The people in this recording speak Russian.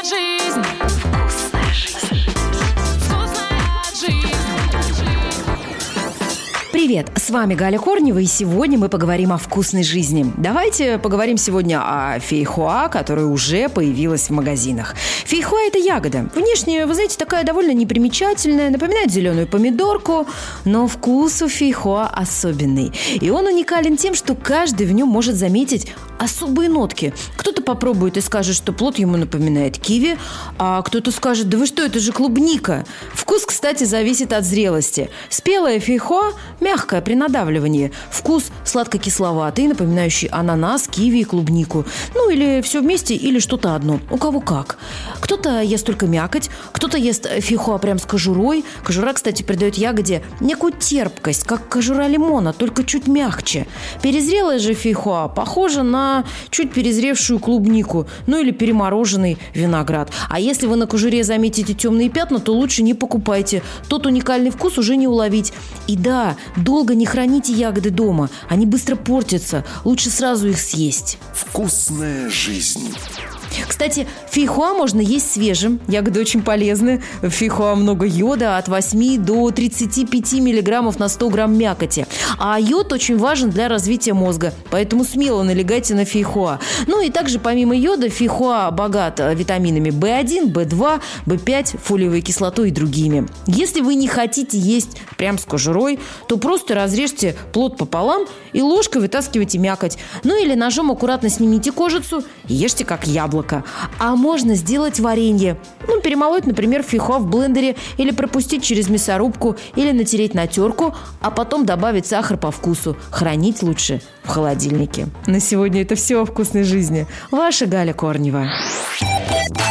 жизнь. Вкусная жизнь. Привет, с вами Галя Корнева, и сегодня мы поговорим о вкусной жизни. Давайте поговорим сегодня о фейхоа, которая уже появилась в магазинах. Фейхоа – это ягода. Внешне, вы знаете, такая довольно непримечательная, напоминает зеленую помидорку, но вкус у фейхоа особенный. И он уникален тем, что каждый в нем может заметить особые нотки. Кто-то попробует и скажет, что плод ему напоминает киви, а кто-то скажет: да вы что, это же клубника. Вкус, кстати, зависит от зрелости. Спелая фейхоа мягкая при надавливании. Вкус сладко-кисловатый, напоминающий ананас, киви и клубнику. Ну или все вместе, или что-то одно. У кого как. Кто-то ест только мякоть, кто-то ест фейхоа прям с кожурой. Кожура, кстати, придает ягоде некую терпкость, как кожура лимона, только чуть мягче. Перезрелая же фейхоа похожа на чуть перезревшую клубнику, ну или перемороженный виноград. А если вы на кожуре заметите темные пятна, то лучше не покупайте. Тот уникальный вкус уже не уловить. И да, долго не храните ягоды дома. Они быстро портятся. Лучше сразу их съесть. Вкусная жизнь. Кстати, фейхоа можно есть свежим. Ягоды очень полезны. В фейхоа много йода, от 8 до 35 миллиграммов на 100 грамм мякоти. А йод очень важен для развития мозга, поэтому смело налегайте на фейхоа. Ну и также помимо йода фейхоа богат витаминами В1, В2, В5, фолиевой кислотой и другими. Если вы не хотите есть прям с кожурой, то просто разрежьте плод пополам и ложкой вытаскивайте мякоть. Ну или ножом аккуратно снимите кожицу и ешьте как яблоко. А можно сделать варенье. Ну, перемолоть, например, фейхоа в блендере, или пропустить через мясорубку, или натереть на терку, а потом добавить сахар по вкусу. Хранить лучше в холодильнике. На сегодня это все о вкусной жизни. Ваша Галя Корнева.